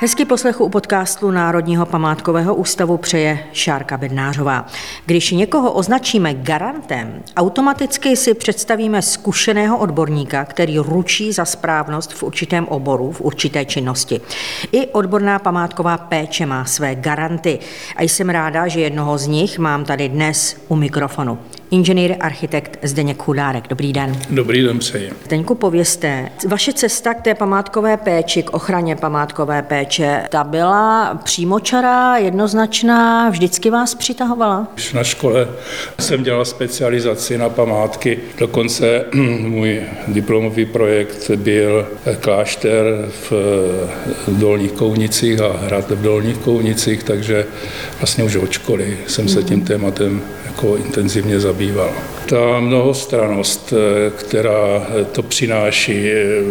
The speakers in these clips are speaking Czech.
Hezký poslech u podcastu Národního památkového ústavu přeje Šárka Bednářová. Když někoho označíme garantem, automaticky si představíme zkušeného odborníka, který ručí za správnost v určitém oboru, v určité činnosti. I odborná památková péče má své garanty a jsem ráda, že jednoho z nich mám tady dnes u mikrofonu. Inženýr, architekt Zdeněk Chudárek. Dobrý den. Dobrý den přeji. Zdeňku, povězte, vaše cesta k té památkové péči, k ochraně památkové péče, ta byla přímočará, jednoznačná, vždycky vás přitahovala? Na škole jsem dělal specializaci na památky, dokonce můj diplomový projekt byl klášter v Dolních Kounicích a hrad v Dolních Kounicích, takže vlastně už od školy jsem se tím tématem jako intenzivně zabýval. Ta mnohostrannost, která to přináší,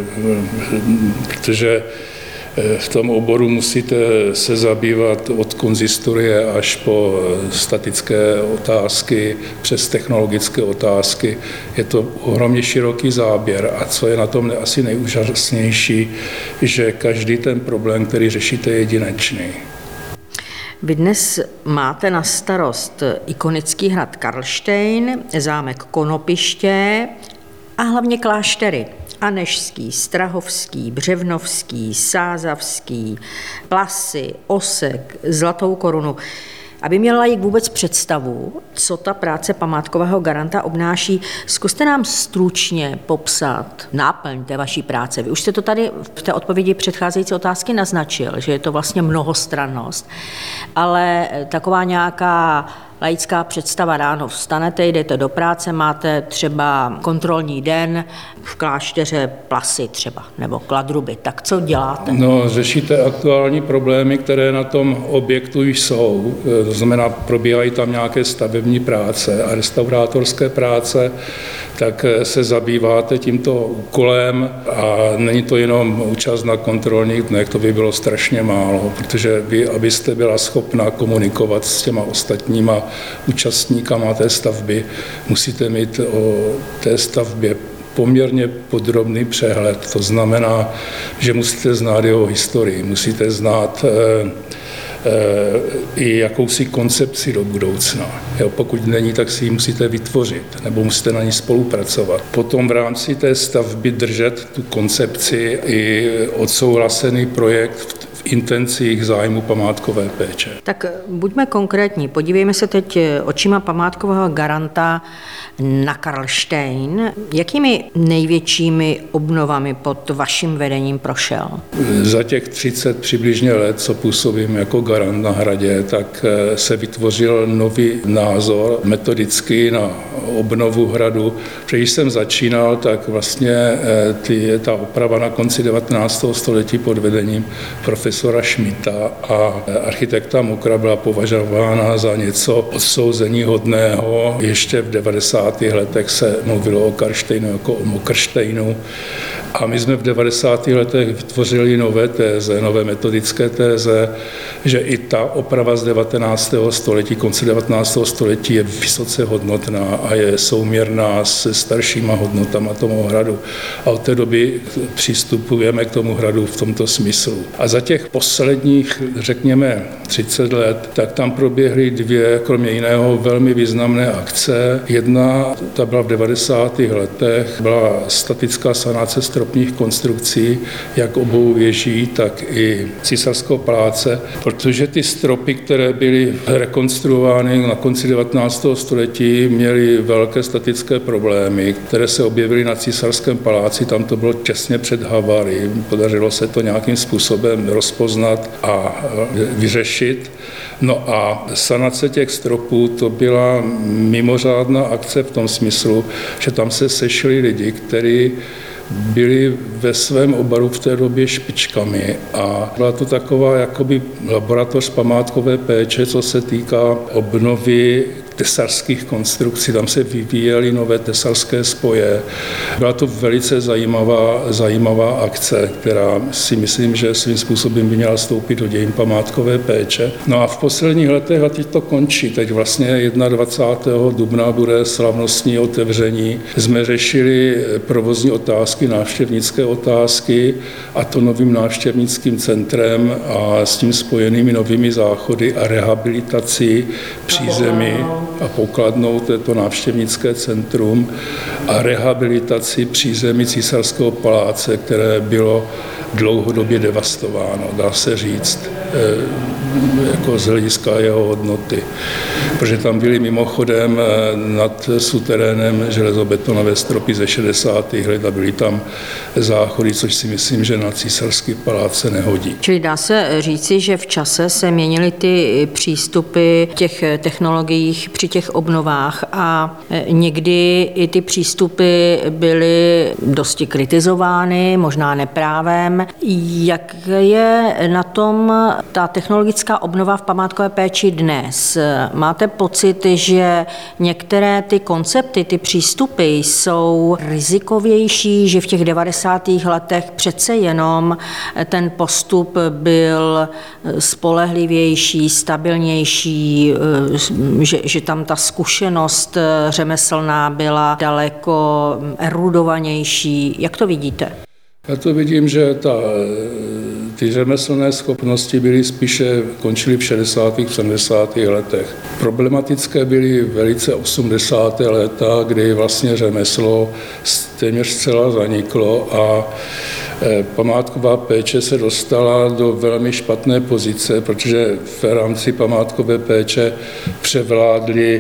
protože v tom oboru musíte se zabývat od konzistorie až po statické otázky, přes technologické otázky. Je to ohromně široký záběr a co je na tom asi nejúžasnější, že každý ten problém, který řešíte, je jedinečný. Vy dnes máte na starost ikonický hrad Karlštejn, zámek Konopiště a hlavně kláštery. Anežský, Strahovský, Břevnovský, Sázavský, Plasy, Osek, Zlatou Korunu. Aby měla laik vůbec představu, co ta práce památkového garanta obnáší, zkuste nám stručně popsat náplň té vaší práce. Vy už jste to tady v té odpovědi předcházející otázky naznačil, že je to vlastně mnohostrannost, ale taková nějaká laická představa: ráno vstanete, jdete do práce, máte třeba kontrolní den v klášteře Plasy třeba, nebo Kladruby. Tak co děláte? No, řešíte aktuální problémy, které na tom objektu jsou. To znamená, probíhají tam nějaké stavební práce a restaurátorské práce, tak se zabýváte tímto úkolem a není to jenom účast na kontrolních dnech, to by bylo strašně málo, protože vy, abyste byla schopna komunikovat s těma ostatníma účastníkama té stavby, musíte mít o té stavbě poměrně podrobný přehled. To znamená, že musíte znát jeho historii, musíte znát i jakousi koncepci do budoucna. Jo, pokud není, tak si ji musíte vytvořit, nebo musíte na ní spolupracovat. Potom v rámci té stavby držet tu koncepci i odsouhlasený projekt v intencích zájmu památkové péče. Tak buďme konkrétní. Podívejme se teď očima památkového garanta na Karlštejn. Jakými největšími obnovami pod vaším vedením prošel? Za těch 30 přibližně let, co působím jako garant na hradě, tak se vytvořil nový názor metodický na obnovu hradu. Když jsem začínal, tak vlastně ta oprava na konci 19. století pod vedením profesora Schmidta a architekta Mokra byla považována za něco odsouzeníhodného. Ještě v 90. letech se mluvilo o Karlštejnu jako o Mokrštejnu. A my jsme v 90. letech vytvořili nové téze, nové metodické téze, že i ta oprava z 19. století, konce 19. století je vysoce hodnotná a je souměrná se staršíma hodnotama tomu hradu. A od té doby přistupujeme k tomu hradu v tomto smyslu. A za těch posledních, řekněme, 30 let, tak tam proběhly dvě, kromě jiného, velmi významné akce. Jedna, ta byla v 90. letech, byla statická sanace stropních konstrukcí, jak obou věží, tak i Císařského paláce, protože ty stropy, které byly rekonstruovány na konci 19. století, měly velké statické problémy, které se objevily na Císařském paláci, tam to bylo těsně před havárií. Podařilo se to nějakým způsobem rozpoznat a vyřešit. No a sanace těch stropů, to byla mimořádná akce v tom smyslu, že tam se sešli lidi, kteří byli ve svém oboru v té době špičkami a byla to taková jakoby laboratoř památkové péče, co se týká obnovy tesařských konstrukcí, tam se vyvíjely nové tesařské spoje. Byla to velice zajímavá akce, která si myslím, že svým způsobem by měla vstoupit do dějin památkové péče. No a v posledních letech, a teď to končí, teď vlastně 21. dubna bude slavnostní otevření, jsme řešili provozní otázky, návštěvnické otázky, a to novým návštěvnickým centrem a s tím spojenými novými záchody a rehabilitací přízemí a pokladnou, to je to návštěvnické centrum, a rehabilitaci přízemí Císařského paláce, které bylo dlouhodobě devastováno, dá se říct, jako z hlediska jeho hodnoty. Protože tam byly mimochodem nad suterénem železobetonové stropy ze 60. let a byly tam záchody, což si myslím, že na Císařský palác se nehodí. Čili dá se říci, že v čase se měnily ty přístupy těch technologiích při těch obnovách a někdy i ty přístupy byly dosti kritizovány, možná neprávem. Jak je na tom ta technologická obnova v památkové péči dnes? Máte pocit, že některé ty koncepty, ty přístupy jsou rizikovější, že v těch 90. letech přece jenom ten postup byl spolehlivější, stabilnější, že tam ta zkušenost řemeslná byla daleko erudovanější? Jak to vidíte? Já to vidím, že ty řemeslné schopnosti končily v 60. 70. letech. Problematické byly velice 80. léta, kdy vlastně řemeslo téměř zcela zaniklo a památková péče se dostala do velmi špatné pozice, protože v rámci památkové péče převládly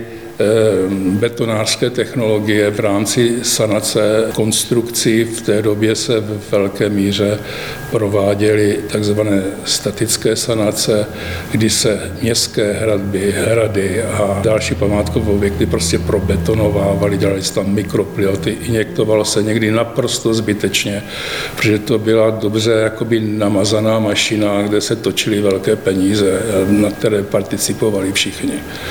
betonářské technologie v rámci sanace konstrukcí. V té době se v velké míře prováděly takzvané statické sanace, kdy se městské hrady a další památkové objekty prostě probetonovávaly, dělali se tam mikroplyoty, injektovalo se někdy naprosto zbytečně, protože to byla dobře jakoby namazaná mašina, kde se točily velké peníze, na které participovali všichni.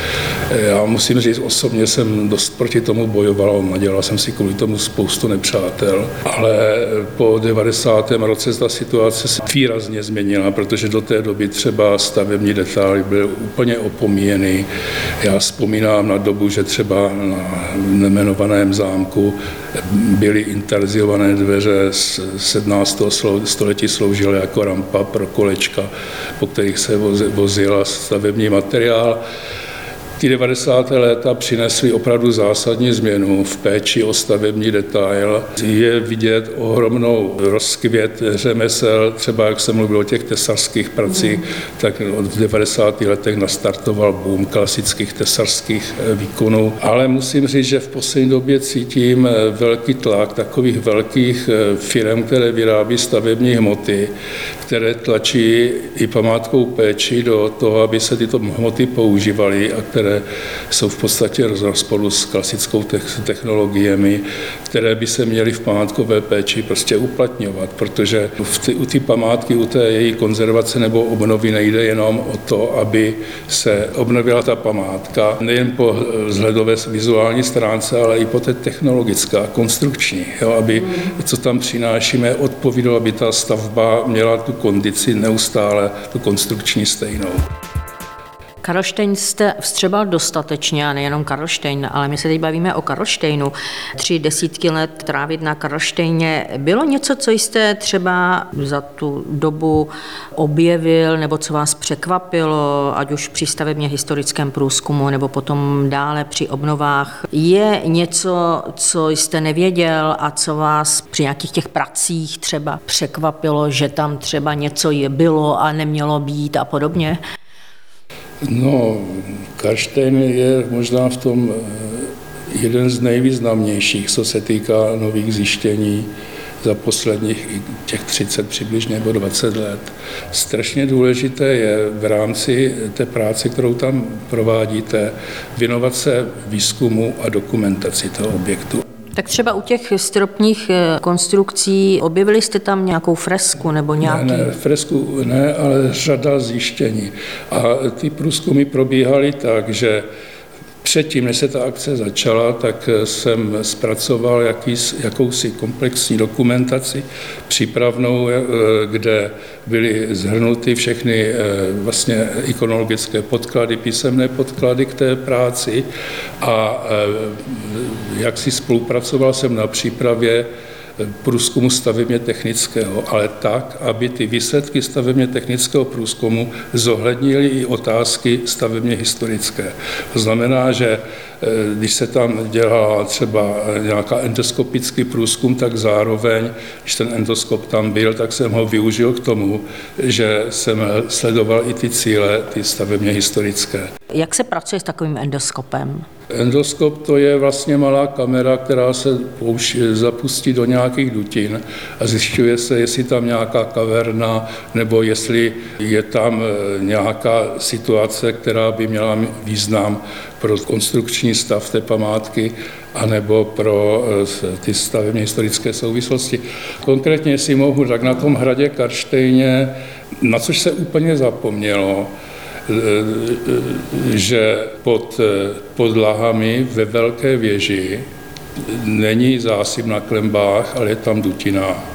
Já musím říct, osobně jsem dost proti tomu bojoval, nadělal jsem si kvůli tomu spoustu nepřátel, ale po 90. roce ta situace se výrazně změnila, protože do té doby třeba stavební detaily byly úplně opomíjeny. Já vzpomínám na dobu, že třeba na nejmenovaném zámku byly intarziované dveře z 17. století, sloužily jako rampa pro kolečka, po kterých se vozil stavební materiál. Ty 90. léta přinesly opravdu zásadní změnu v péči o stavební detail. Je vidět ohromnou rozkvět řemesel, třeba jak jsem mluvil o těch tesařských pracích, tak v 90. letech nastartoval boom klasických tesařských výkonů. Ale musím říct, že v poslední době cítím velký tlak takových velkých firm, které vyrábí stavební hmoty, které tlačí i památkovou péči do toho, aby se tyto hmoty používaly a které jsou v podstatě v rozporu s klasickou technologiemi, které by se měly v památkové péči prostě uplatňovat, protože u té památky, u té její konzervace nebo obnovy nejde jenom o to, aby se obnovila ta památka, nejen po vzhledové vizuální stránce, ale i po té technologické, konstrukční, aby co tam přinášíme, odpovídalo, aby ta stavba měla tu kondici neustále, tu konstrukční stejnou. Karlštejn jste vstřebal dostatečně, a nejenom Karlštejn, ale my se teď bavíme o Karlštejnu. 3 desítky let trávit na Karlštejně. Bylo něco, co jste třeba za tu dobu objevil, nebo co vás překvapilo, ať už při stavebně historickém průzkumu, nebo potom dále při obnovách? Je něco, co jste nevěděl a co vás při nějakých těch pracích třeba překvapilo, že tam třeba něco bylo a nemělo být a podobně? No, Karlštejn je možná v tom jeden z nejvýznamnějších, co se týká nových zjištění za posledních těch 30 přibližně nebo 20 let. Strašně důležité je v rámci té práce, kterou tam provádíte, věnovat se výzkumu a dokumentaci toho objektu. Tak třeba u těch stropních konstrukcí objevili jste tam nějakou fresku nebo nějaký? Ne, fresku ne, ale řada zjištění. A ty průzkumy probíhaly tak, že Předtím, než se ta akce začala, tak jsem zpracoval jakousi komplexní dokumentaci přípravnou, kde byly shrnuty všechny vlastně ikonologické podklady, písemné podklady k té práci a jak si spolupracoval jsem na přípravě průzkumu stavebně technického, ale tak, aby ty výsledky stavebně technického průzkumu zohlednily i otázky stavebně historické. To znamená, že když se tam dělal třeba nějaká endoskopický průzkum, tak zároveň, když ten endoskop tam byl, tak jsem ho využil k tomu, že jsem sledoval i ty cíle, ty stavebně historické. Jak se pracuje s takovým endoskopem? Endoskop to je vlastně malá kamera, která se zapustí do nějakých dutin a zjišťuje se, jestli tam nějaká kaverna nebo jestli je tam nějaká situace, která by měla význam pro konstrukční stav té památky anebo pro ty stavebně historické souvislosti. Konkrétně, jestli mohu, tak na tom hradě Karlštejně, na což se úplně zapomnělo, že pod podlahami ve velké věži není zásyp na klenbách, ale je tam dutina.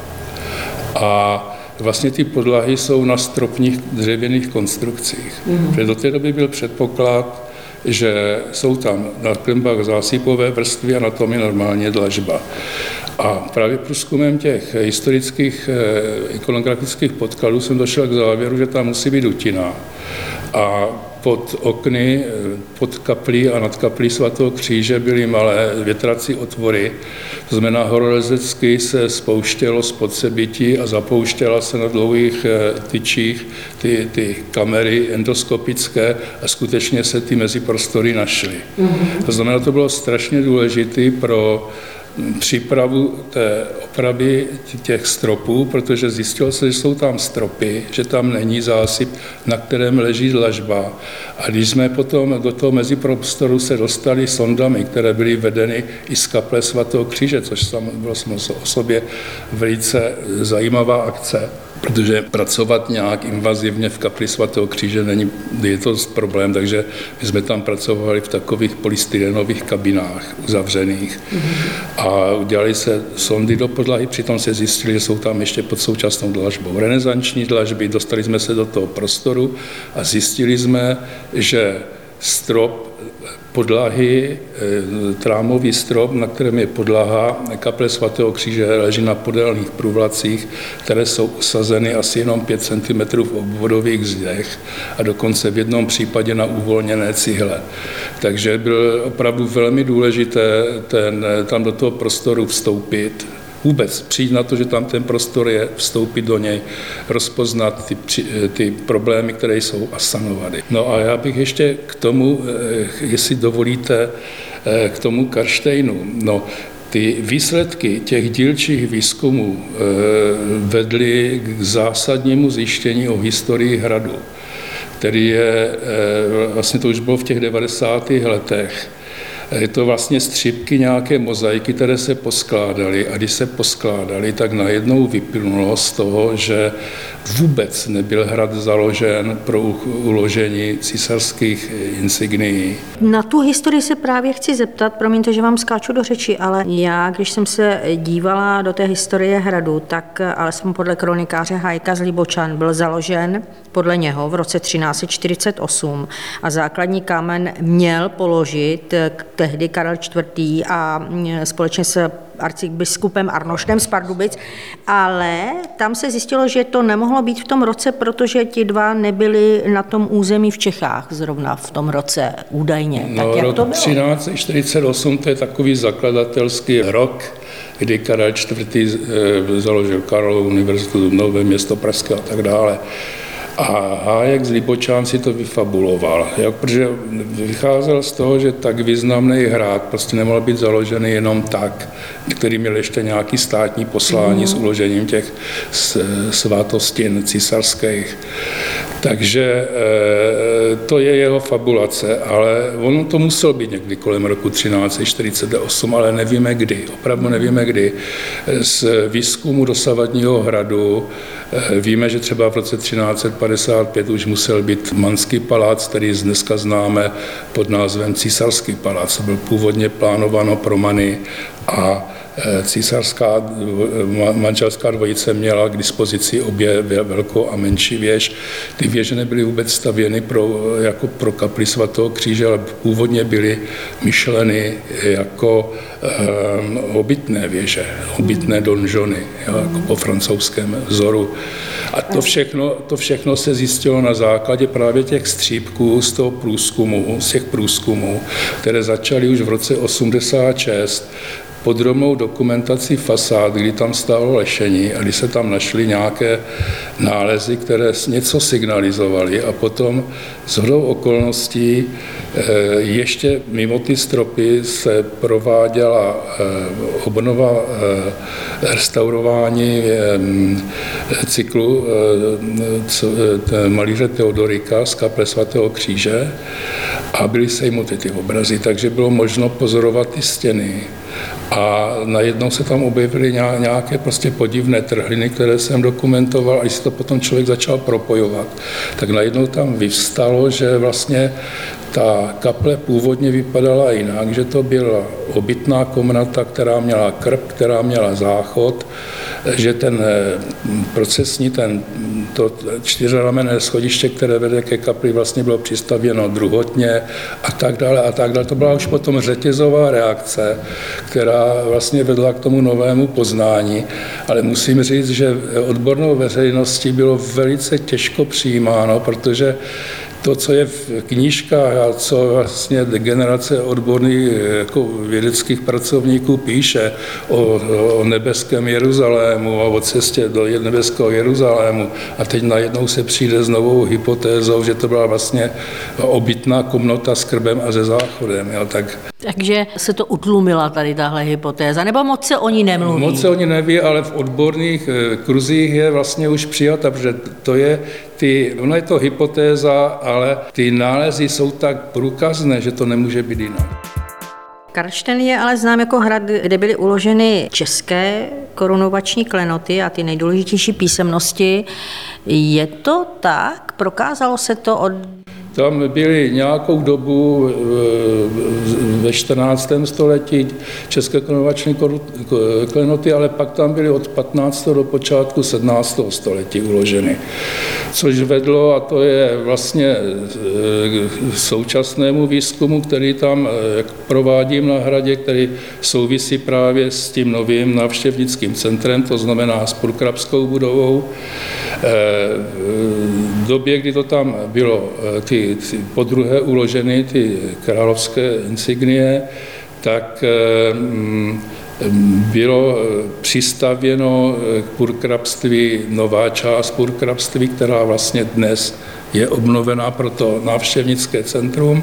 A vlastně ty podlahy jsou na stropních dřevěných konstrukcích. Protože do té doby byl předpoklad, že jsou tam na klenbách zásypové vrstvy a na tom je normálně dlažba. A právě průzkumem těch historických ikonografických podkladů jsem došel k závěru, že tam musí být dutina. A pod okny, pod kaplí a nad kaplí svatého kříže byly malé větrací otvory. To znamená, horolezecky se spouštělo z podsebytí a zapouštěla se na dlouhých tyčích ty kamery endoskopické a skutečně se ty meziprostory našly. To znamená, to bylo strašně důležité pro přípravu té opravy těch stropů, protože zjistilo se, že jsou tam stropy, že tam není zásyp, na kterém leží dlažba. A když jsme potom do toho meziprostoru se dostali sondami, které byly vedeny i z kaple svatého kříže, což bylo o sobě velice zajímavá akce, protože pracovat nějak invazivně v kapli svatého kříže je to problém, takže my jsme tam pracovali v takových polystyrenových kabinách uzavřených a udělali se sondy do podlahy, přitom se zjistili, že jsou tam ještě pod současnou dlažbou renesanční dlažby, dostali jsme se do toho prostoru a zjistili jsme, že strop podlahy, trámový strop, na kterém je podlaha kaple svatého kříže, leží na podélných průvlacích, které jsou usazeny asi jenom 5 cm v obvodových zdech a dokonce v jednom případě na uvolněné cihle. Takže bylo opravdu velmi důležité tam do toho prostoru vstoupit, vůbec přijít na to, že tam ten prostor je, vstoupit do něj, rozpoznat ty problémy, které jsou a sanovat. No a já bych ještě k tomu, jestli dovolíte, k tomu Karlštejnu. No, ty výsledky těch dílčích výzkumů vedly k zásadnímu zjištění o historii hradu, který je, vlastně to už bylo v těch 90. letech. Je to vlastně střípky nějaké mozaiky, které se poskládaly a když se poskládaly, tak najednou vyplynulo z toho, že vůbec nebyl hrad založen pro uložení císařských insignií. Na tu historii se právě chci zeptat, promiňte, že vám skáču do řeči, ale já, když jsem se dívala do té historie hradu, tak alespoň podle kronikáře Hájka z Libočan byl založen podle něho v roce 1348 a základní kámen měl položit tehdy Karel IV. A společně s arcibiskupem Arnoštem z Pardubic, ale tam se zjistilo, že to nemohlo být v tom roce, protože ti dva nebyli na tom území v Čechách zrovna v tom roce údajně. No, tak jak to bylo? 1348 to je takový zakladatelský rok, kdy Karel IV. Založil Karlovu univerzitu, Nové Město Pražské a tak dále. A Hájek z Libočán si to vyfabuloval, protože vycházel z toho, že tak významný hrad prostě nemohl být založený jenom tak, který měl ještě nějaký státní poslání s uložením těch svátostin císařských. Takže to je jeho fabulace, ale ono to muselo být někdy kolem roku 1348, ale nevíme kdy, opravdu nevíme kdy. Z výzkumu dosavadního hradu víme, že třeba v roce 1350 1955 už musel být Manský palác, který dneska známe pod názvem Císařský palác. To byl původně plánováno pro Many a císařská manželská dvojice měla k dispozici obě velkou a menší věž. Ty věže nebyly vůbec stavěny jako pro kapli svatého kříže, ale původně byly myšleny jako obytné věže, obytné donžony, jako po francouzském vzoru. A to všechno se zjistilo na základě právě těch střípků z těch průzkumů, které začaly už v roce 86 podrobnou dokumentací fasád, kdy tam stálo lešení a kdy se tam našly nějaké nálezy, které něco signalizovaly a potom shodou okolností ještě mimo ty stropy se prováděla obnova restaurování cyklu malíře Teodorika z kaple svatého kříže a byly sejmuty ty obrazy, takže bylo možno pozorovat ty stěny. A najednou se tam objevily nějaké prostě podivné trhliny, které jsem dokumentoval a když se to potom člověk začal propojovat, tak najednou tam vyvstalo, že vlastně ta kaple původně vypadala jinak, že to byla obytná komnata, která měla krb, která měla záchod, že ten procesní, to čtyřramenné schodiště, které vede ke kapli, vlastně bylo přistavěno druhotně a tak dále a tak dále. To byla už potom řetězová reakce, která vlastně vedla k tomu novému poznání, ale musím říct, že odbornou veřejností bylo velice těžko přijímáno, protože to, co je v knížkách a co vlastně generace odborných jako vědeckých pracovníků píše o nebeském Jeruzalému a o cestě do nebeského Jeruzalému a teď najednou se přijde s novou hypotézou, že to byla vlastně obytná komnata s krbem a se záchodem. Jo, Takže se to utlumila tady tahle hypotéza, nebo moc se o ní nemluví? Moc se o ní neví, ale v odborných kruzích je vlastně už přijata, protože ona je to hypotéza, ale ty nálezy jsou tak průkazné, že to nemůže být jinak. Karlštejn je ale znám jako hrad, kde byly uloženy české korunovační klenoty a ty nejdůležitější písemnosti. Je to tak? Prokázalo se to od... Tam byly nějakou dobu ve 14. století české korunovační klenoty, ale pak tam byly od 15. do počátku 17. století uloženy. Což vedlo, a to je vlastně současnému výzkumu, který tam provádím na hradě, který souvisí právě s tím novým návštěvnickým centrem, to znamená s purkrabskou budovou. V době, kdy to tam bylo podruhé uloženy ty královské insignie, tak bylo přistavěno k purkrabství nová část purkrabství, která vlastně dnes je obnovená pro to návštěvnické centrum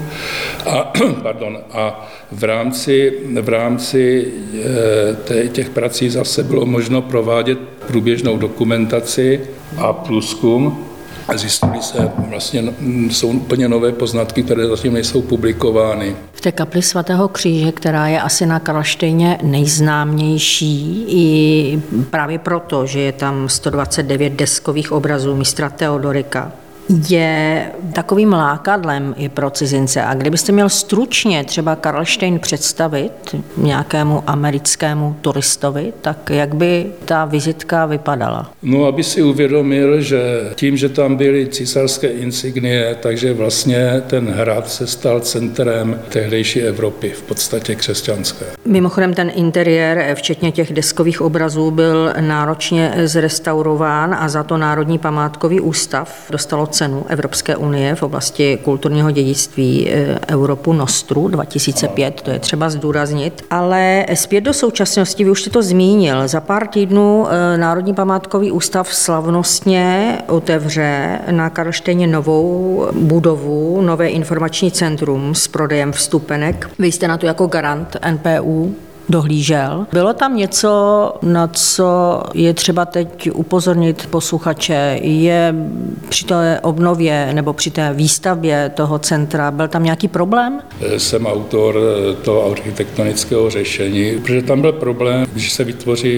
a v rámci těch prací zase bylo možno provádět průběžnou dokumentaci a průzkum a zjistili se, vlastně jsou úplně nové poznatky, které zatím nejsou publikovány. V té kapli svatého kříže, která je asi na Karlštejně nejznámější, i právě proto, že je tam 129 deskových obrazů mistra Teodorika, je takovým lákadlem i pro cizince. A kdybyste měl stručně třeba Karlštejn představit nějakému americkému turistovi, tak jak by ta vizitka vypadala? No, aby si uvědomil, že tím, že tam byly císařské insignie, takže vlastně ten hrad se stal centrem tehdejší Evropy, v podstatě křesťanské. Mimochodem ten interiér, včetně těch deskových obrazů, byl náročně zrestaurován a za to Národní památkový ústav dostalo cenu Evropské unie v oblasti kulturního dědictví Europu Nostru 2005, to je třeba zdůraznit. Ale zpět do současnosti, vy už jste to zmínil, za pár týdnů Národní památkový ústav slavnostně otevře na Karlštejně novou budovu, nové informační centrum s prodejem vstupenek. Vy jste na to jako garant NPÚ dohlížel. Bylo tam něco, na co je třeba teď upozornit posluchače? Je při té obnově nebo při té výstavbě toho centra, byl tam nějaký problém? Jsem autor toho architektonického řešení, protože tam byl problém, když se vytvoří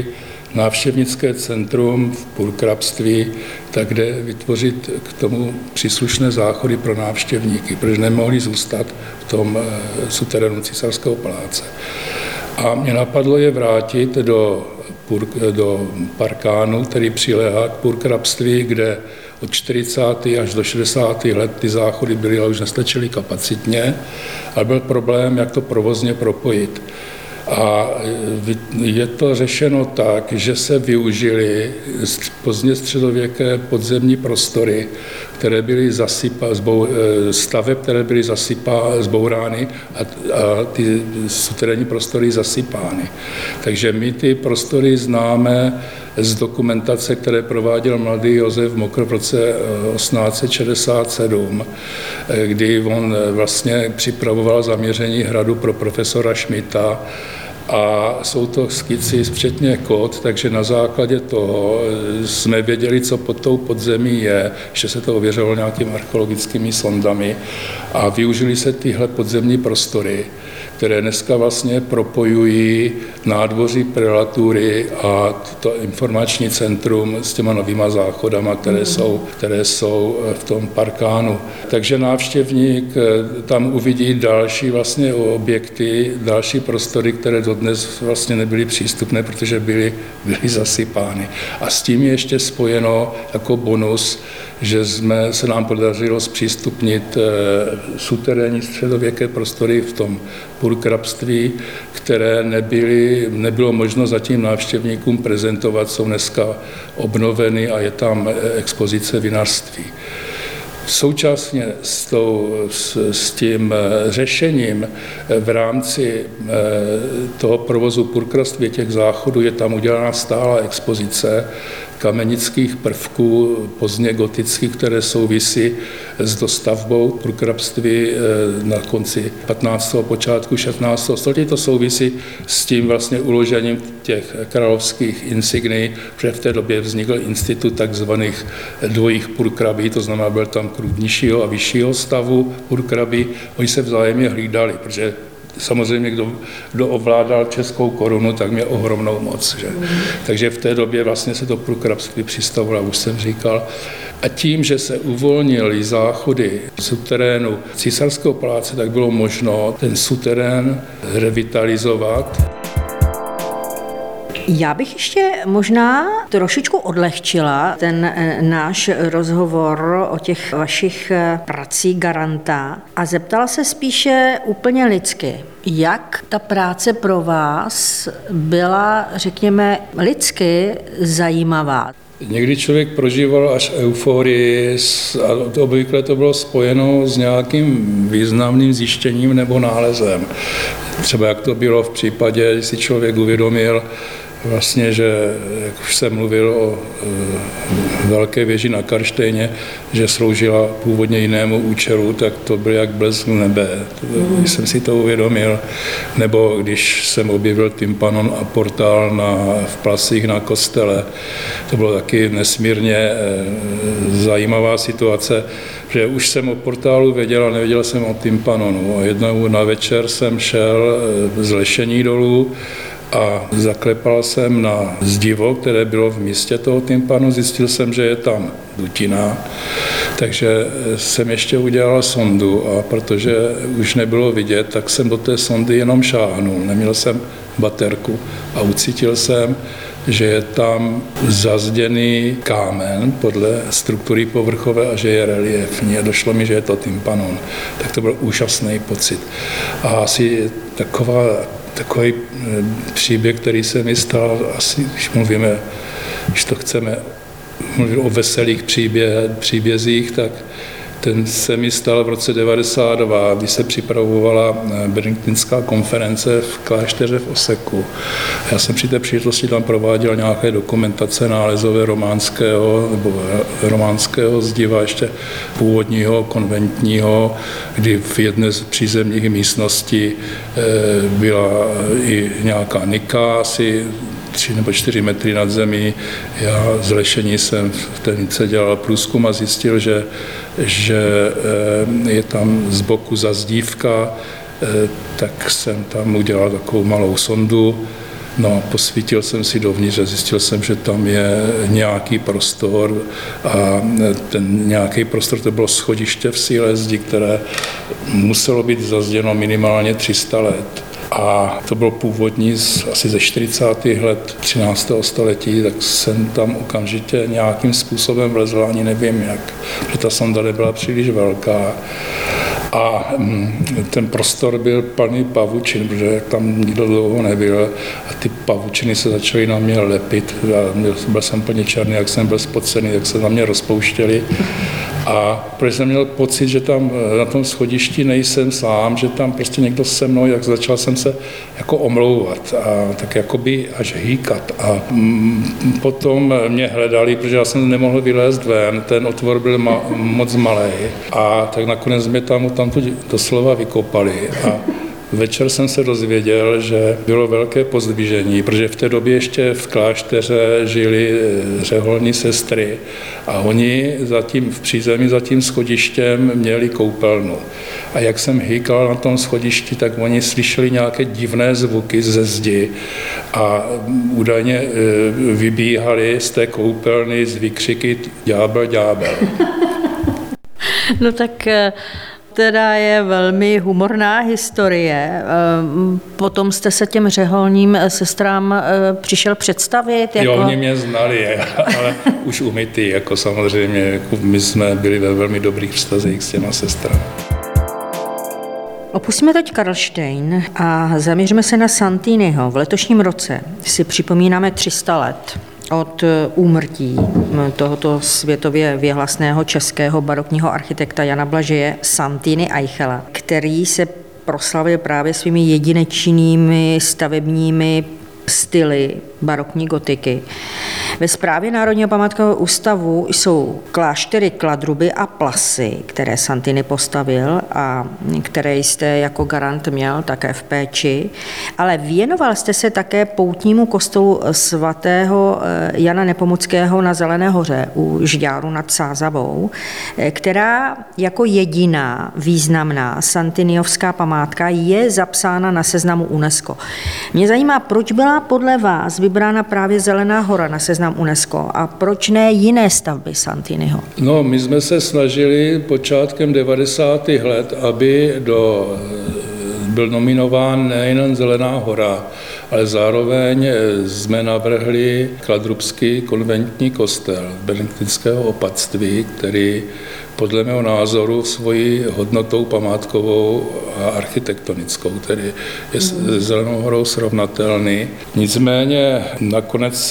návštěvnické centrum v purkrabství, tak kde vytvořit k tomu příslušné záchody pro návštěvníky, protože nemohli zůstat v tom suterénu Císařského paláce. A mě napadlo je vrátit do parkánu, který přiléhá k purkrabství, kde od 40. až do 60. let ty záchody byly, ale už nestačily kapacitně, ale byl problém, jak to provozně propojit. A je to řešeno tak, že se využily pozdně středověké podzemní prostory, které byly staveb, které byly zbourány a ty suterénní prostory zasypány. Takže my ty prostory známe z dokumentace, které prováděl mladý Josef Mokr v roce 1867, kdy on vlastně připravoval zaměření hradu pro profesora Schmidta. A jsou to skici včetně kód, takže na základě toho jsme věděli, co pod tou podzemí je, že se to ověřovalo nějakými archeologickými sondami a využili se tyhle podzemní prostory, které dneska vlastně propojují nádvoří prelatury a to informační centrum s těma novýma záchodama, které jsou v tom parkánu. Takže návštěvník tam uvidí další vlastně objekty, další prostory, které dodnes vlastně nebyly přístupné, protože byly zasypány. A s tím je ještě spojeno jako bonus, že se nám podařilo zpřístupnit suterénní středověké prostory v tom purkrabství, které nebylo možno zatím návštěvníkům prezentovat, jsou dneska obnoveny a je tam expozice vinařství. Současně s tím řešením v rámci toho provozu purkrabství těch záchodů je tam udělána stálá expozice kamenických prvků pozdně gotických, které souvisí s dostavbou purkrabství na konci 15. počátku 16. století. To souvisí s tím vlastně uložením těch královských insignií, protože v té době vznikl institut takzvaných dvojích purkrabí, to znamená, byl tam kruh nižšího a vyššího stavu purkrabí. Oni se vzájemně hlídali, protože samozřejmě, kdo ovládal českou korunu, tak měl ohromnou moc. Že? Takže v té době vlastně se to purkrabství přistavilo, už jsem říkal. A tím, že se uvolnily záchody suterénu Císařského paláce, tak bylo možno ten suterén revitalizovat. Já bych ještě možná trošičku odlehčila ten náš rozhovor o těch vašich prací garanta a zeptala se spíše úplně lidsky. Jak ta práce pro vás byla, řekněme, lidsky zajímavá? Někdy člověk prožíval až euforii a obvykle to bylo spojeno s nějakým významným zjištěním nebo nálezem. Třeba jak to bylo v případě, když si člověk uvědomil, vlastně, že jak už jsem mluvil o velké věži na Karlštejně, že sloužila původně jinému účelu, tak to bylo jak blesk nebe, když jsem si to uvědomil. Nebo když jsem objevil tympanon a portál v Plasích na kostele, to bylo taky nesmírně zajímavá situace, že už jsem o portálu věděl a nevěděl jsem o tympanonu. A jednou na večer jsem šel z Lešení dolů a zaklepal jsem na zdivo, které bylo v místě toho tympanu, zjistil jsem, že je tam dutina, takže jsem ještě udělal sondu a protože už nebylo vidět, tak jsem do té sondy jenom šáhnul, neměl jsem baterku a ucítil jsem, že je tam zazděný kámen podle struktury povrchové a že je reliefní a došlo mi, že je to tympanon. Tak to byl úžasný pocit. A asi takový příběh, který se mi stal, asi když to chceme mluvit o veselých příbězích, tak ten se mi stal v roce 1992, kdy se připravovala benediktinská konference v klášteře v Oseku. Já jsem při té příležitosti tam prováděl nějaké dokumentace nálezové románského zdiva, ještě původního, konventního, kdy v jedné z přízemních místností byla i nějaká nika, asi 3 nebo 4 metry nad zemí. Já z Lešení jsem v té nice dělal průzkum a zjistil, že je tam z boku zazdívka, tak jsem tam udělal takovou malou sondu No, posvítil jsem si dovnitř a zjistil jsem, že tam je nějaký prostor a ten nějaký prostor, to bylo schodiště v síle zdi, které muselo být zazděno minimálně 300 let. A to bylo původní asi ze 40. let 13. století, tak jsem tam okamžitě nějakým způsobem vlezl, ani nevím jak, protože ta sonda nebyla příliš velká. A ten prostor byl plný pavučin, protože tam nikdo dlouho nebyl a ty pavučiny se začaly na mě lepit. Byl jsem plně černý, jak jsem byl spocený, tak se na mě rozpouštěli. A protože jsem měl pocit, že tam na tom schodišti nejsem sám, že tam prostě někdo se mnou, jak začal jsem se jako omlouvat a tak jakoby až hýkat. A potom mě hledali, protože já jsem nemohl vylézt ven, ten otvor byl moc malý. A tak nakonec mě tam doslova vykopali. A večer jsem se dozvěděl, že bylo velké pozdvižení, protože v té době ještě v klášteře žili řeholní sestry a oni v přízemí za tím schodištěm měli koupelnu. A jak jsem hýkal na tom schodišti, tak oni slyšeli nějaké divné zvuky ze zdi a údajně vybíhali z té koupelny z výkřiky ďábel, ďábel. No tak teda je velmi humorná historie. Potom jste se těm řeholním sestrám přišel představit? Jo, oni mě znali, ale už umytý, jako samozřejmě. Jako my jsme byli ve velmi dobrých vztazích s těma sestrami. Opustíme teď Karlštejn a zaměříme se na Santiniho. V letošním roce si připomínáme 300 let od úmrtí tohoto světově věhlasného českého barokního architekta Jana Blažeje Santini Eichela, který se proslavil právě svými jedinečnými stavebními styly barokní gotiky. Ve správě Národního památkového ústavu jsou kláštery Kladruby a Plasy, které Santini postavil a které jste jako garant měl také v péči, ale věnoval jste se také poutnímu kostelu svatého Jana Nepomuckého na Zelené hoře u Žďáru nad Sázavou, která jako jediná významná santiniovská památka je zapsána na seznamu UNESCO. Mě zajímá, proč byla podle vás vybrána právě Zelená hora na seznam UNESCO a proč ne jiné stavby Santiniho? No, my jsme se snažili počátkem 90. let, aby byl nominován nejen Zelená hora, ale zároveň jsme navrhli Kladrubský konventní kostel benediktinského opatství, který podle mého názoru svojí hodnotou památkovou a architektonickou, tedy je s Zelenou horou srovnatelný. Nicméně nakonec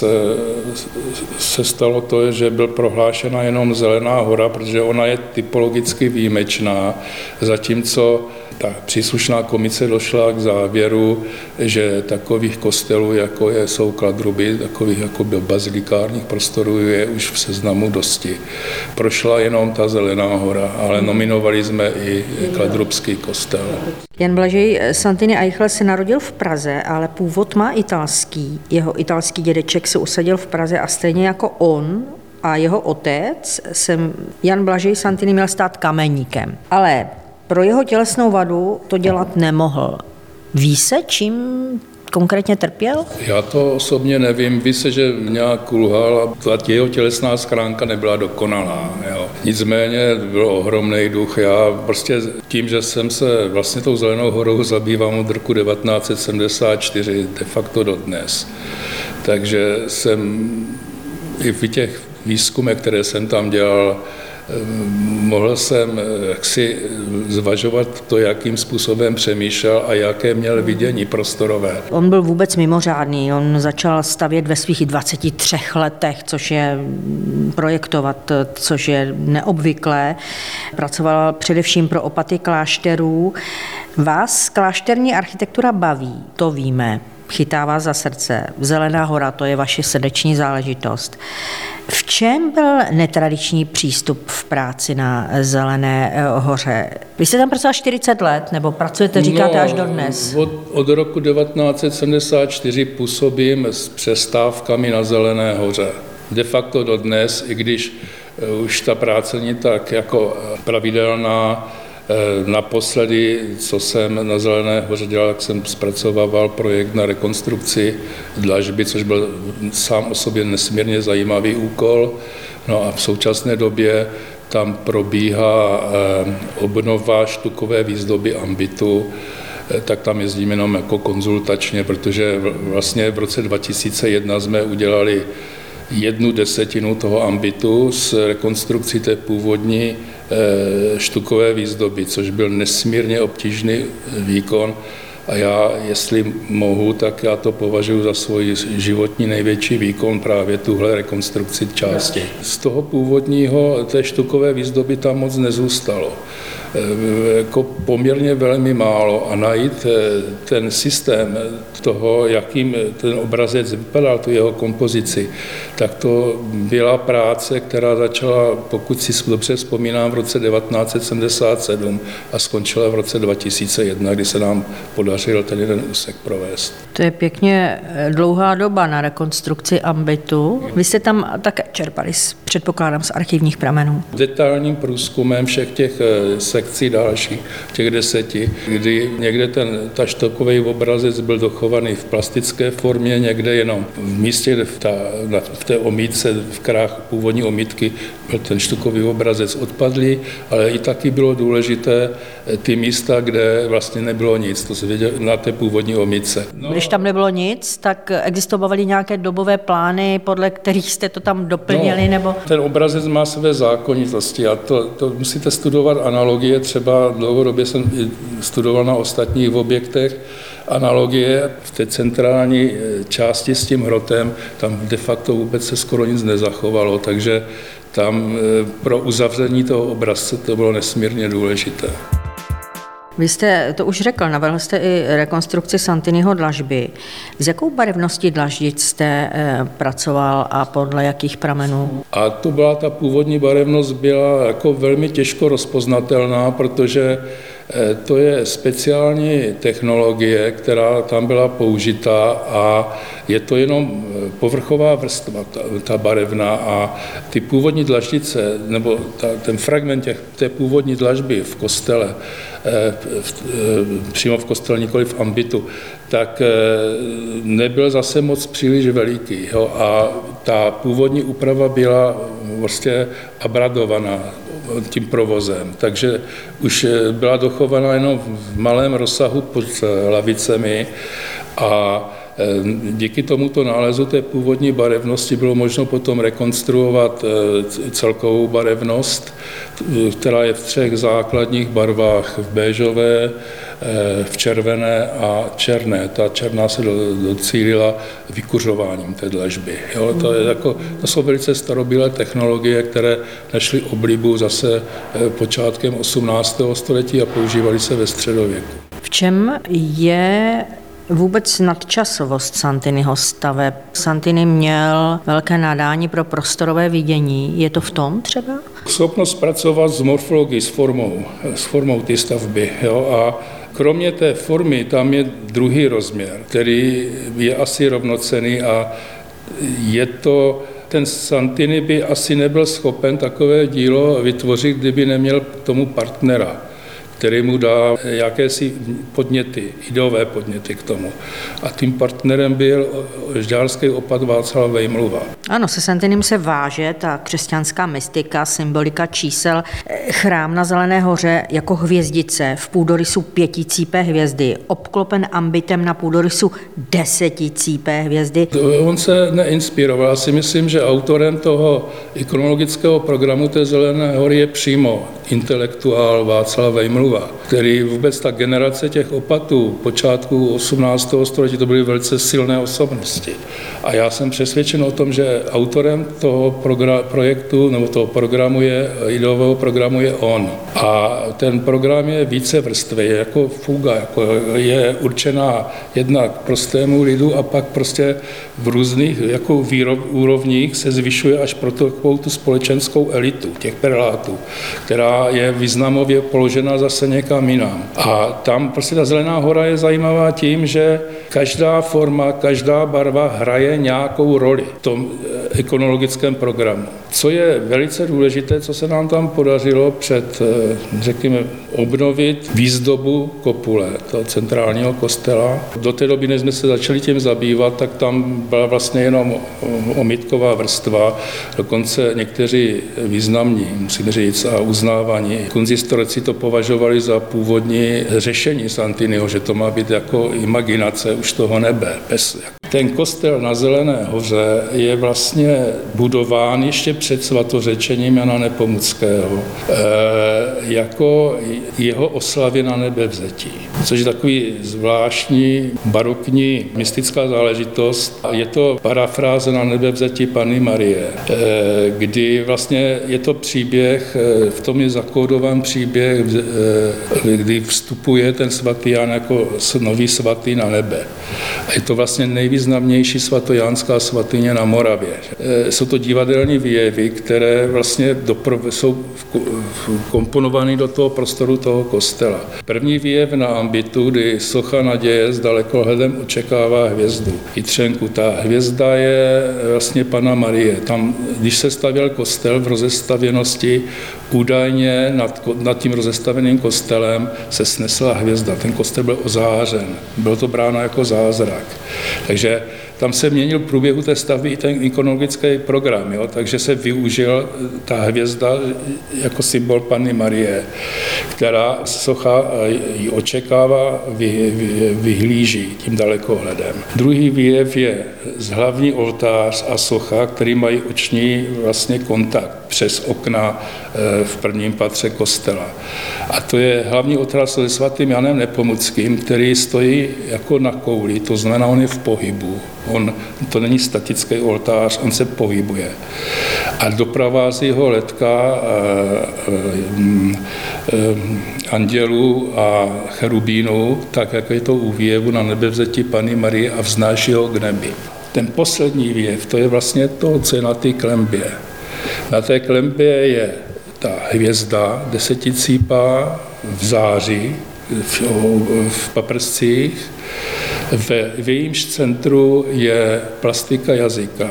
se stalo to, že byl prohlášena jenom Zelená hora, protože ona je typologicky výjimečná, zatímco ta příslušná komise došla k závěru, že takových kostelů, jako jsou Kladruby, takových jako bazilikárních prostorů je už v seznamu dosti. Prošla jenom ta Zelená hora, ale nominovali jsme i Kladrubský kostel. Jan Blažej Santini Eichel se narodil v Praze, ale původ má italský. Jeho italský dědeček se usadil v Praze a stejně jako on a jeho otec Jan Blažej Santini měl stát kameníkem. Ale pro jeho tělesnou vadu to dělat nemohl. Ví se, čím konkrétně trpěl? Já to osobně nevím. Ví se, že nějak kulhal a jeho tělesná schránka nebyla dokonalá. Jo. Nicméně byl ohromný duch. Já prostě tím, že jsem se vlastně tou Zelenou horou zabýval od roku 1974 de facto dodnes. Takže jsem i v těch výzkumech, které jsem tam dělal, mohl jsem jaksi zvažovat to, jakým způsobem přemýšlel a jaké měl vidění prostorové. On byl vůbec mimořádný. On začal stavět ve svých 23 letech, což je projektovat, což je neobvyklé. Pracoval především pro opaty klášterů. Vás klášterní architektura baví, to víme. Chytá vás za srdce. Zelená hora, to je vaše srdeční záležitost. V čem byl netradiční přístup v práci na Zelené hoře? Vy jste tam pracoval 40 let, nebo pracujete, říkáte, až dodnes? Od roku 1974 působím s přestávkami na Zelené hoře. De facto dodnes, i když už ta práce není tak jako pravidelná, Naposledy, co jsem na Zelené hoře dělal, tak jsem zpracovával projekt na rekonstrukci dlažby, což byl sám o sobě nesmírně zajímavý úkol. No a v současné době tam probíhá obnova štukové výzdoby ambitu, tak tam jezdím jenom jako konzultačně, protože vlastně v roce 2001 jsme udělali 1/10 toho ambitu s rekonstrukcí té původní štukové výzdoby, což byl nesmírně obtížný výkon. A já, jestli mohu, tak já to považuji za svůj životní největší výkon, právě tuhle rekonstrukci části. Z toho původního, té štukové výzdoby tam moc nezůstalo. Jako poměrně velmi málo a najít ten systém toho, jakým ten obrazec vypadal, tu jeho kompozici, tak to byla práce, která začala, pokud si dobře vzpomínám, v roce 1977 a skončila v roce 2001, kdy se nám podařil ten jeden úsek provést. To je pěkně dlouhá doba na rekonstrukci ambitu. Vy jste tam také čerpali, předpokládám, z archivních pramenů. Detailním průzkumem všech těch sekcí dalších, těch 10, kdy někde ta štokový obrazec byl dochovaný v plastické formě, někde jenom v místě, v té omítce, v krách původní omítky byl ten štokový obrazec odpadlý, ale i taky bylo důležité ty místa, kde vlastně nebylo nic, to se vidělo na té původní omítce. No. Když tam nebylo nic, tak existovaly nějaké dobové plány, podle kterých jste to tam doplnili, nebo? Ten obrazec má své zákonitosti a to musíte studovat analogie, třeba dlouhodobě jsem studoval na ostatních objektech, analogie v té centrální části s tím hrotem, tam de facto vůbec se skoro nic nezachovalo, takže tam pro uzavření toho obrazce to bylo nesmírně důležité. Vy jste to už řekl, navrhl jste i rekonstrukci Santiniho dlažby. S jakou barevností dlaždic jste pracoval a podle jakých pramenů? A to byla ta původní barevnost, byla jako velmi těžko rozpoznatelná, protože to je speciální technologie, která tam byla použitá a je to jenom povrchová vrstva, ta barevná a ty původní dlaždice, nebo ten fragment té původní dlažby v kostele, přímo v kostele, nikoli v ambitu, tak nebyl zase moc příliš veliký. Jo? A ta původní úprava byla vlastně abradovaná tím provozem, takže už byla dochovaná jenom v malém rozsahu pod lavicemi a díky tomuto nálezu té původní barevnosti bylo možno potom rekonstruovat celkovou barevnost, která je v 3 základních barvách, v béžové, v červené a černé. Ta černá se docílila vykuřováním té dlažby. Jo, to jsou velice starobylé technologie, které našly oblibu zase počátkem 18. století a používaly se ve středověku. V čem je vůbec nadčasovost Santiniho staveb? Santini měl velké nadání pro prostorové vidění. Je to v tom třeba? Schopnost pracovat s morfologií, s formou té stavby. Jo? A kromě té formy tam je druhý rozměr, který je asi rovnocenný a ten Santini by asi nebyl schopen takové dílo vytvořit, kdyby neměl k tomu partnera, který mu dá jakési podněty, ideové podněty k tomu. A tím partnerem byl žďárský opat Václav Vejmluva. Ano, se Santinim se váže ta křesťanská mystika, symbolika čísel. Chrám na Zelené hoře jako hvězdice v půdorysu 5cípé hvězdy, obklopen ambitem na půdorysu 10cípé hvězdy. On se neinspiroval. Já si myslím, že autorem toho ikonologického programu té Zelené hory je přímo intelektuál Václav Vejmluva, který vůbec ta generace těch opatů počátku 18. století, to byly velice silné osobnosti. A já jsem přesvědčen o tom, že autorem toho projektu nebo toho programu ideového programu je on. A ten program je více vrstvy, je jako fuga, je určená jednak prostému lidu a pak prostě v různých jako úrovních se zvyšuje až pro takovou tu společenskou elitu těch prelátů, která která je významově položena zase někam jinam. A tam prostě ta Zelená hora je zajímavá tím, že každá forma, každá barva hraje nějakou roli v tom ikonologickém programu. Co je velice důležité, co se nám tam podařilo řekněme, obnovit výzdobu kopule, toho centrálního kostela. Do té doby, než jsme se začali tím zabývat, tak tam byla vlastně jenom omítková vrstva. Dokonce někteří významní, musím říct, a uznávaní konzistorici to považovali za původní řešení Santiniho, že to má být jako imaginace už toho nebe. Ten kostel na Zelené hoře je vlastně budován ještě před svatořečením Jana Nepomuckého jako jeho oslavě na nebevzetí, což je takový zvláštní barokní mystická záležitost. Je to parafráze na nebevzetí Panny Marie, kdy vlastně je to příběh, v tom je zakódován příběh, kdy vstupuje ten svatý Jan jako nový svatý na nebe. A je to vlastně nejvýznamnější svatojánská svatyně na Moravě. Jsou to divadelní výjevy, které vlastně jsou komponovány do toho prostoru toho kostela. První výjev na ambitu, kdy socha naděje s dalekohledem očekává hvězdu. Jitřenku. Ta hvězda je vlastně Panna Marie. Tam, když se stavěl kostel v rozestavěnosti, údajně nad tím rozestaveným kostelem se snesla hvězda. Ten kostel byl ozářen. Bylo to bráno jako zázrak. Takže tam se měnil v průběhu té stavby i ten ikonologický program, jo? Takže se využil ta hvězda jako symbol Panny Marie, která socha ji očekává, vyhlíží tím dalekohledem. Druhý výjev je hlavní oltář a socha, který mají oční vlastně kontakt přes okna v prvním patře kostela. A to je hlavní oltář se svatým Janem Nepomuckým, který stojí jako na kouli, to znamená, on je v pohybu. To není statický oltář, on se pohybuje. A doprovází ho letka andělů a cherubínů, tak jako je to u výjevu na nebevzetí Panny Marie a vznáší ho k nebi. Ten poslední výjev, to je vlastně to, co je na té klembě. Na té klembě je ta hvězda deseticípá v září, v paprscích. V jejímž centru je plastika jazyka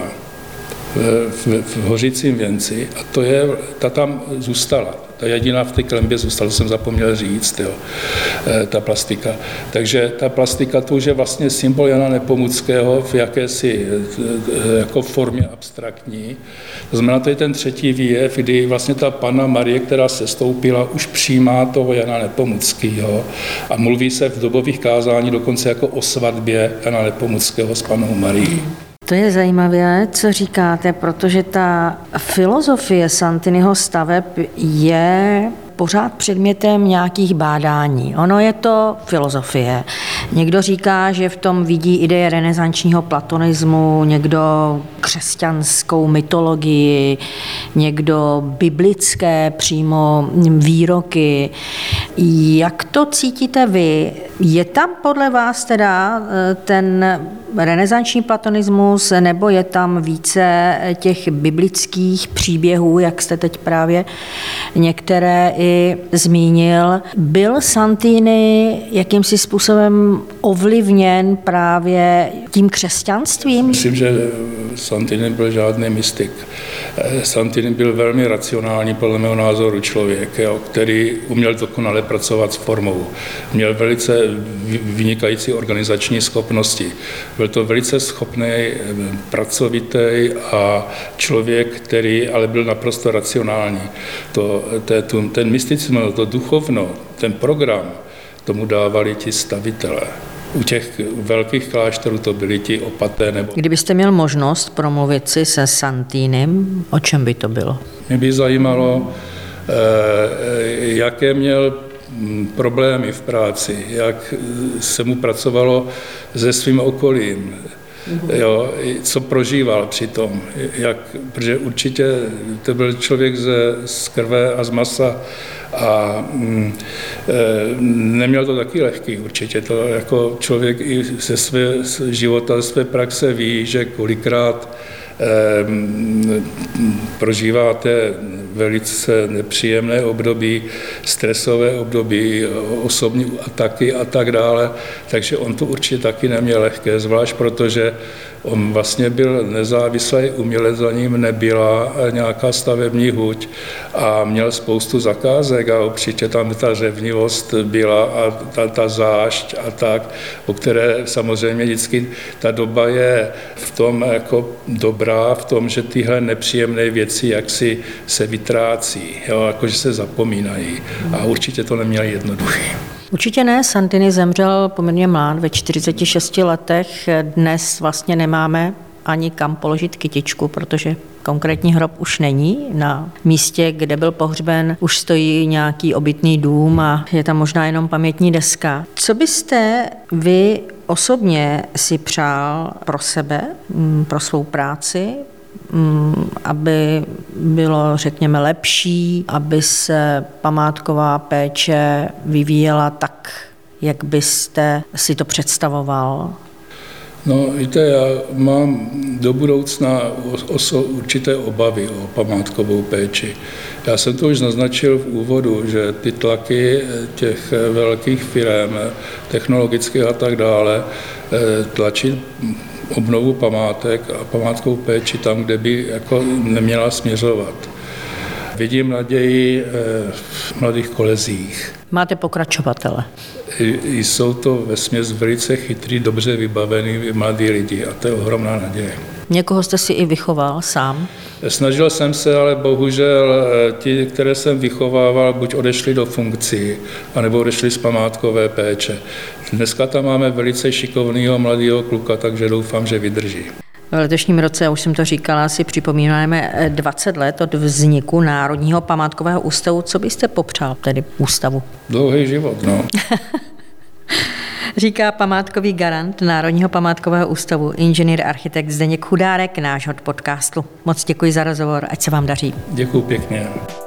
v hořícím věnci a ta tam zůstala. Ta jediná v té klembě zůstala, jsem zapomněl říct, jo, ta plastika. Takže ta plastika to už je vlastně symbol Jana Nepomuckého v jakési jako formě abstraktní. To znamená, to je ten třetí výjev, kdy vlastně ta Panna Marie, která sestoupila, už přijímá toho Jana Nepomuckého a mluví se v dobových kázání dokonce jako o svatbě Jana Nepomuckého s Pannou Marií. To je zajímavé, co říkáte, protože ta filozofie Santiniho staveb je pořád předmětem nějakých bádání. Ono je to filozofie. Někdo říká, že v tom vidí ideje renesančního platonismu, někdo křesťanskou mytologii, někdo biblické přímo výroky. Jak to cítíte vy? Je tam podle vás teda ten renesanční platonismus, nebo je tam více těch biblických příběhů, jak jste teď právě některé i zmínil? Byl Santini jakýmsi způsobem ovlivněn právě tím křesťanstvím? Myslím, že Santini byl žádný mystik. Santini byl velmi racionální, podle mého názoru, člověk, jo, který uměl dokonale pracovat s formou. Měl velice vynikající organizační schopnosti. Byl to velice schopný, pracovitý a člověk, který ale byl naprosto racionální. Ten mysticismus, to duchovno, ten program, tomu dávali ti stavitelé. U těch velkých klášterů to byli ti opaté. Kdybyste měl možnost promluvit si se Santinem, o čem by to bylo? Mě by zajímalo, jaké měl problémy v práci, jak se mu pracovalo se svým okolím, jo, co prožíval přitom, protože určitě to byl člověk z krve a z masa a neměl to taky lehký určitě. To jako člověk i ze své života, ze své praxe ví, že kolikrát prožíváte velice nepříjemné období, stresové období, osobní ataky a tak dále, takže on to určitě taky neměl lehké, zvlášť protože on vlastně byl nezávislý umělec, za ním nebyla nějaká stavební huť a měl spoustu zakázek a určitě tam ta řevnivost byla a ta zášť a tak, o které samozřejmě vždycky ta doba je v tom jako dobrá, v tom, že tyhle nepříjemné věci jaksi se vytrácí, jo, jakože se zapomínají a určitě to neměl jednoduchý. Určitě ne, Santini zemřel poměrně mlád, ve 46 letech. Dnes vlastně nemáme ani kam položit kytičku, protože konkrétní hrob už není. Na místě, kde byl pohřben, už stojí nějaký obytný dům a je tam možná jenom pamětní deska. Co byste vy osobně si přál pro sebe, pro svou práci, aby bylo, řekněme, lepší, aby se památková péče vyvíjela tak, jak byste si to představoval? No, víte, já mám do budoucna určité obavy o památkovou péči. Já jsem to už naznačil v úvodu, že ty tlaky těch velkých firem, technologických a tak dále, tlačí obnovu památek a památkovou péči tam, kde by jako neměla směřovat. Vidím naději v mladých kolezích. Máte pokračovatele? Jsou to vesměs velice chytrý, dobře vybavený mladí lidi a to je ohromná naděje. Někoho jste si i vychoval sám? Snažil jsem se, ale bohužel ti, které jsem vychovával, buď odešli do funkcí, anebo odešli z památkové péče. Dneska tam máme velice šikovného mladého kluka, takže doufám, že vydrží. V letošním roce, já už jsem to říkala, si připomínáme 20 let od vzniku Národního památkového ústavu. Co byste popřál tedy ústavu? Dlouhý život, no. Říká památkový garant Národního památkového ústavu, inženýr architekt Zdeněk Chudárek, náš hod podcastu. Moc děkuji za rozhovor, ať se vám daří. Děkuji pěkně.